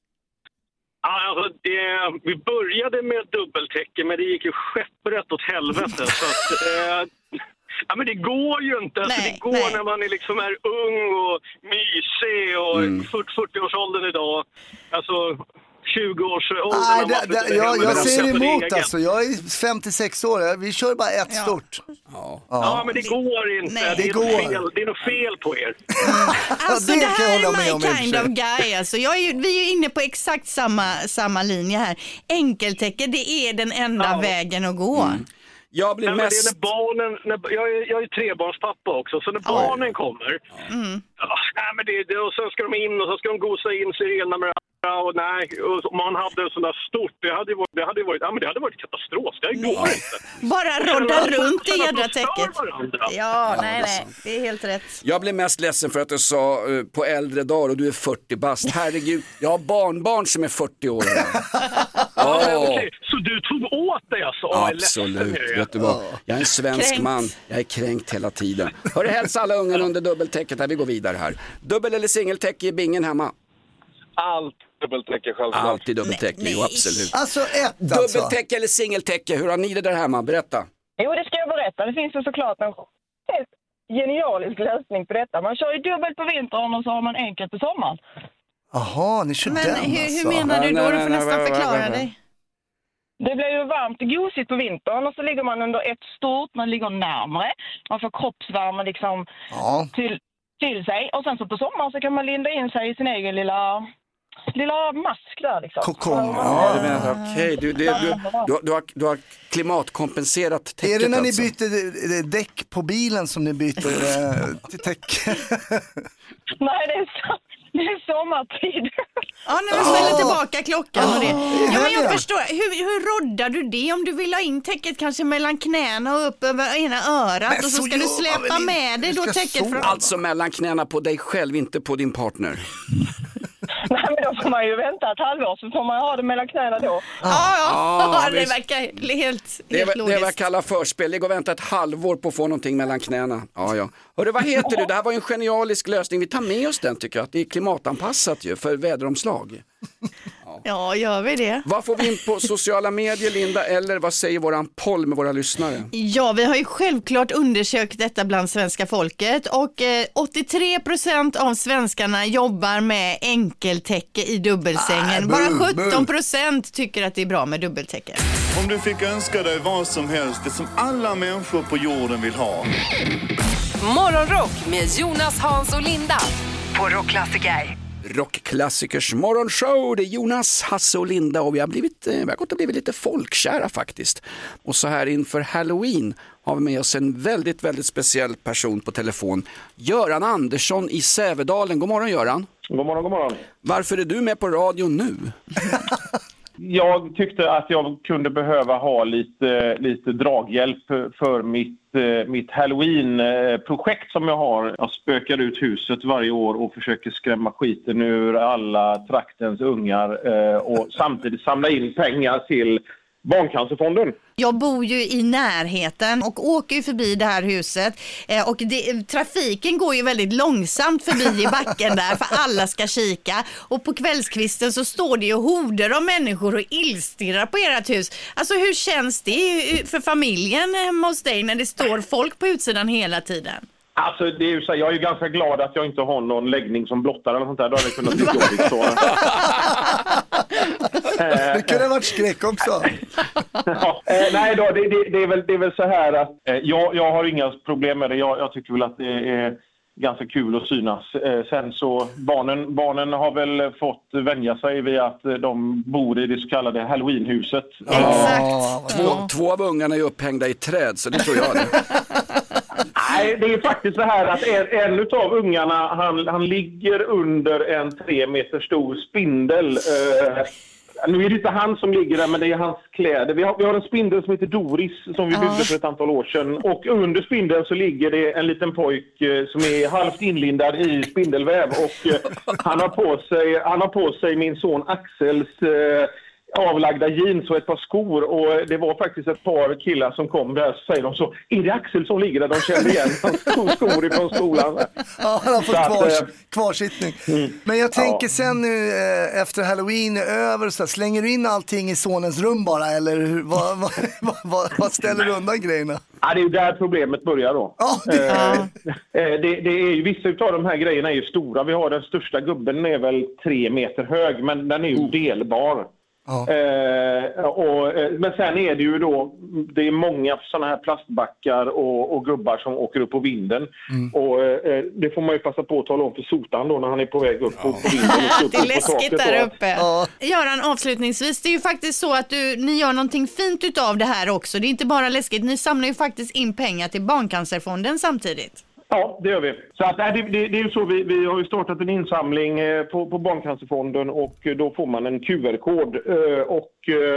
Ja, alltså, det, vi började med dubbeltäcke, men det gick ju skepprätt åt helvete. så att, eh, ja, men det går ju inte. Alltså, nej, det går nej. när man är, liksom är ung och mysig och Mm. fyrtio-årsåldern idag. Alltså... tjugo-årsåldern. Nej, det, det, jag, jag ser emot egen. alltså. Jag är femtiosex år. Vi kör bara ett ja. stort. Ja. Ja. Ja. men det går inte. Nej. Det, är Det går. något fel. det är något fel på er. Alltså det det, kan jag här hålla med är om my i och för kind sig. of guy. Alltså. Jag är ju, vi är ju inne på exakt samma, samma linje här. Enkeltäcke, det är den enda Ja. vägen att gå. Mm. Jag blir Nej, men det mest... är när barnen, när, jag, är, jag är trebarnspappa också, så när Ja. barnen kommer, Mm. ja, nej, men det, det, och sen ska de in och så ska de gosa in sig ena med andra och nej, och om man hade en sån där stort, det hade ju varit, det hade ju varit, ja, men det hade varit katastrof, det går inte. Bara rodda Känna- runt i känna att jädra de stör täcket. varandra. Ja, nej, nej, det är helt rätt. Jag blir mest ledsen för att du sa uh, på äldre dagar och du är fyrtio bast. Herregud, jag har barnbarn som är fyrtio år. Ja, men oh. okej, så du tog åt dig alltså? Åh, jag är ledsen Absolut, med det. vet du vad? Jag är en svensk Kränkt. man, jag är kränkt hela tiden. Hörru, hälsa alla ungarna under dubbeltäcket här, vi går vidare här. Dubbel eller singeltäcke i bingen hemma? Allt dubbeltäcke självklart. Alltid dubbeltäcke, Nej, jo nej. absolut. Alltså ett alltså. Dubbeltäcke eller singeltäcke, hur har ni det där hemma? Berätta. Jo, det ska jag berätta. Det finns ju såklart en helt genialisk lösning på detta. Man kör ju dubbelt på vintern och så har man enkelt på sommaren. Jaha, ni kör Men den hur, alltså. hur menar du Nej, då? nej, Du får nej, nästan nej, förklara nej, nej. dig. Det blir ju varmt och gosigt på vintern och så ligger man under ett stort, man ligger närmare. Man får kroppsvärme liksom Ja. till, till sig. Och sen så på sommaren så kan man linda in sig i sin egen lilla, lilla mask där liksom. Kokong. Ja, du menar, okej, du, du, du, du, du, har, du har klimatkompenserat täcket Är det när ni alltså. byter eh, eh, däck på bilen som ni byter eh, till täcke? Nej, det är, så, det är sommartid. Ja, när vi ställer Ah. tillbaka klockan och det. Ah, Ja, men jag ja. förstår, hur, hur roddar du det om du vill ha in täcket kanske mellan knäna och upp över ena örat Men och så så ska du gör släpa man väl med dig inte. då Du ska täcket sova. från... Alltså mellan knäna på dig själv, inte på din partner. Nej, men då får man ju vänta ett halvår så får man ha det mellan knäna då. Ja, ja, Ah, det visst. verkar helt, Det är, helt det är vad jag logiskt. kallar förspel. Det går att vänta ett halvår på att få någonting mellan knäna. Ja, ja. Hörru, vad heter du? Det här var ju en genialisk lösning. Vi tar med oss den tycker jag. Att det är klimatanpassat ju för väderomslag. Ja, gör vi det? Vad får vi in på sociala medier, Linda? Eller vad säger våran poll med våra lyssnare? Ja, vi har ju självklart undersökt detta bland svenska folket och eh, åttiotre procent av svenskarna jobbar med enkeltäcke i dubbelsängen. Ah, Bara bu, sjutton procent tycker att det är bra med dubbeltäcke. Om du fick önska dig vad som helst, det som alla människor på jorden vill ha. Morgonrock med Jonas, Hans och Linda på Rockklassiker. Rockklassikers morgonshow, det är Jonas, Hasse och Linda och vi har, blivit, vi har gått och blivit lite folkkära faktiskt. Och så här inför Halloween har vi med oss en väldigt, väldigt speciell person på telefon. Göran Andersson i Sävedalen. God morgon Göran. God morgon, god morgon. Varför är du med på radion nu? Jag tyckte att jag kunde behöva ha lite, lite draghjälp för mitt, mitt Halloween-projekt som jag har. Jag spökar ut huset varje år och försöker skrämma skiten ur alla traktens ungar och samtidigt samla in pengar till Barncancerfonden. Jag bor ju i närheten och åker ju förbi det här huset eh, och det, trafiken går ju väldigt långsamt förbi i backen där för alla ska kika och på kvällskvisten så står det ju horder av människor och illstirrar på ert hus. Alltså hur känns det för familjen hemma hos dig när det står folk på utsidan hela tiden? Alltså det är ju så här, jag är ju ganska glad att jag inte har någon läggning som blottar eller sånt där. Då hade det kunnat bli jobbigt så. Det kunde ha varit skräck också. Ja, eh, nej då, det, det, det, är väl, det är väl så här att eh, jag, jag har inga problem med det. Jag, jag tycker väl att det är ganska kul att synas. Eh, sen så barnen, barnen har väl fått vänja sig vid att de bor i det så kallade Halloweenhuset. Exakt. Två, två av ungarna är upphängda i träd så det tror jag det. Nej, det är faktiskt så här att en, en av ungarna han, han ligger under en tre meter stor spindel. Uh, nu är det inte han som ligger där men det är hans kläder. Vi har, vi har en spindel som heter Doris som vi byggde för ett antal år sedan. Och under spindeln så ligger det en liten pojk uh, som är halvt inlindad i spindelväv. Och uh, han, har på sig, han har på sig min son Axels Uh, avlagda jeans och ett par skor och det var faktiskt ett par killar som kom där så säger de så, är det Axel som ligger där? De kände igen hans skor ifrån skolan. Ja, han har fått att, kvars, äh, kvarsittning. Mm. Men jag tänker Ja. sen nu äh, efter Halloween är över så här, slänger du in allting i sonens rum bara eller hur, vad, vad, vad, vad, vad ställer du undan grejerna? Ja, det är ju där problemet börjar då. Ja, det... Eh, det, det är ju, vissa av de här grejerna är ju stora. Vi har den största gubben är väl tre meter hög men den är ju delbar. Ja. Eh, och, eh, men sen är det ju då, det är många sådana här plastbackar och, och gubbar som åker upp på vinden. Mm. Och eh, det får man ju passa på att tala om för sotan då när han är på väg upp på, på vinden. Och det är läskigt där uppe. Ja. Göran, avslutningsvis, det är ju faktiskt så att du, ni gör någonting fint utav det här också. Det är inte bara läskigt, ni samlar ju faktiskt in pengar till Barncancerfonden samtidigt. Ja, det gör vi. Så att, det, det, det är ju så, vi, vi har ju startat en insamling på, på Barncancerfonden och då får man en Q R-kod och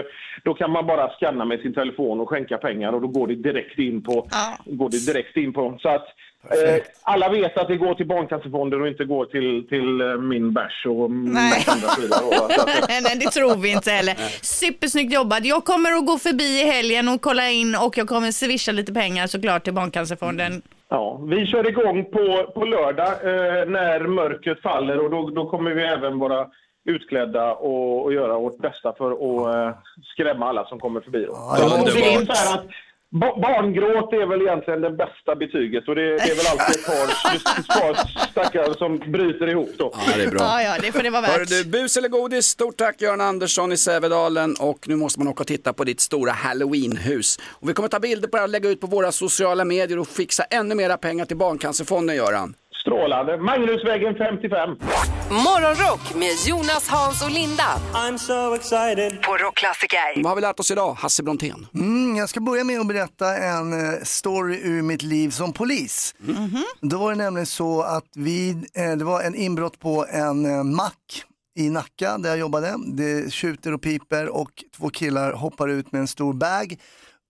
då kan man bara scanna med sin telefon och skänka pengar och då går det direkt in på, ja. går det direkt in på. Så att eh, alla vet att det går till Barncancerfonden och inte går till, till min bärs och Nej. andra sidor. Nej, det tror vi inte heller. Supersnyggt jobbat. Jag kommer att gå förbi i helgen och kolla in och jag kommer swisha lite pengar såklart till Barncancerfonden. Mm. Ja, vi kör igång på, på lördag eh, när mörkret faller och då, då kommer vi även vara utklädda och, och göra vårt bästa för att eh, skrämma alla som kommer förbi. Ja, så, det är så här att ba- barngråt är väl egentligen det bästa betyget och det, det är väl alltid ett par, ett par stackare som bryter ihop då. Ja, det är bra. Ja, ja, det får det vara värt. Hör du, bus eller godis, stort tack Göran Andersson i Sävedalen och nu måste man åka och titta på ditt stora Halloweenhus. Och vi kommer ta bilder på det och lägga ut på våra sociala medier och fixa ännu mera pengar till Barncancerfonden, Göran. Strålande. Magnusvägen femtiofem. Morgonrock med Jonas, Hans och Linda. I'm so excited. På Rockklassiker. Vad har vi lärt oss idag, Hasse Brontén? Mm, jag ska börja med att berätta en uh, story ur mitt liv som polis. Mm-hmm. Då var det nämligen så att vi, eh, det var en inbrott på en uh, mack i Nacka där jag jobbade. Det tjuter och piper och två killar hoppar ut med en stor bag.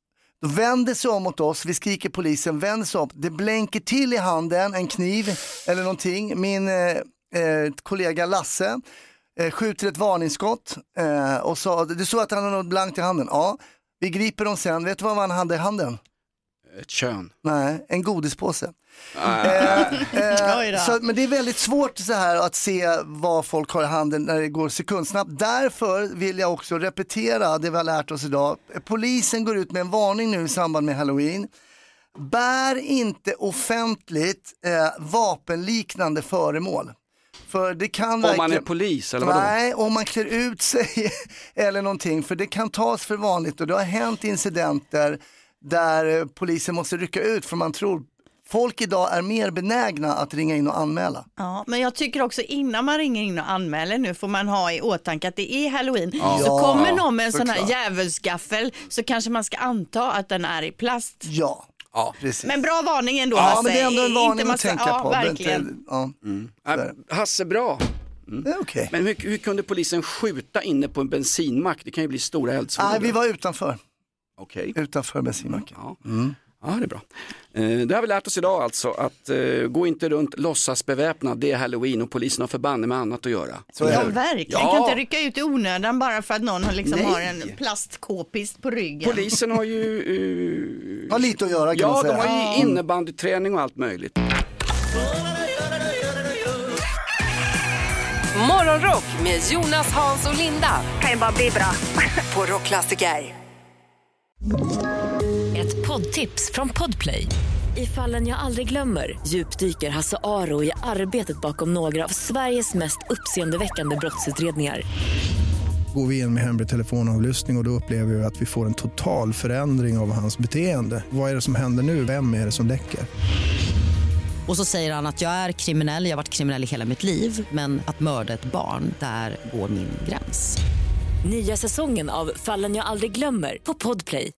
Då vänder sig om mot oss, vi skriker polisen, vänder sig om. Det blänker till i handen, en kniv eller någonting. Min eh, eh, kollega Lasse eh, skjuter ett varningsskott eh, och sa, du såg att han hade något blankt i handen. Ja, vi griper dem sen. Vet du vad han hade i handen? Ett kön. Nej, en godispåse. Ah. Eh, eh, så, men det är väldigt svårt så här att se vad folk har i handen när det går sekundsnabbt. Därför vill jag också repetera det vi har lärt oss idag. Polisen går ut med en varning nu i samband med Halloween. Bär inte offentligt eh, vapenliknande föremål. För det kan om verkligen... man är polis eller vadå? Nej, om man klär ut sig eller någonting. För det kan tas för vanligt och det har hänt incidenter där polisen måste rycka ut för man tror folk idag är mer benägna att ringa in och anmäla. Ja, men jag tycker också innan man ringer in och anmäler nu får man ha i åtanke att det är Halloween. Ja. Så kommer någon med en Ja, sån här såklart. djävulsgaffel så kanske man ska anta att den är i plast. Ja, ja. precis. Men bra varning ändå, Ja, Hasse. men det är ändå en varning Inte att massa- tänka ja, på. Verkligen. Inte- Ja. Mm. Ja, Hasse, bra. Mm. Det är okej. Men hur, hur kunde polisen skjuta inne på en bensinmack? Det kan ju bli stora eldsvådor. Nej, vi var utanför. Okej. Utanför bensinmacken. Ja. Mm. Ja, det är bra. Eh, det har vi lärt oss idag alltså, att eh, gå inte runt låtsas beväpnad, det är Halloween och polisen har förbanne med annat att göra. Så är Ja, det. verkligen. Ja. Kan inte rycka ut i onödan bara för att någon har, liksom Nej. har en plastkåpis på ryggen. Polisen har ju... Uh, Har lite att göra kan ja, man säga. de har ju innebandyträning och allt möjligt. Morgonrock med Jonas, Hans och Linda. Kan ju bara bli bra. På Rockklassiker. Ett poddtips från Podplay. I Fallen jag aldrig glömmer djupdyker Hasse Aro i arbetet bakom några av Sveriges mest uppseendeväckande brottsutredningar. Går vi in med hemlig telefonavlyssning och, och då upplever vi att vi får en total förändring av hans beteende. Vad är det som händer nu? Vem är det som läcker? Och så säger han att jag är kriminell, jag har varit kriminell i hela mitt liv. Men att mörda ett barn, där går min gräns. Nya säsongen av Fallen jag aldrig glömmer på Podplay.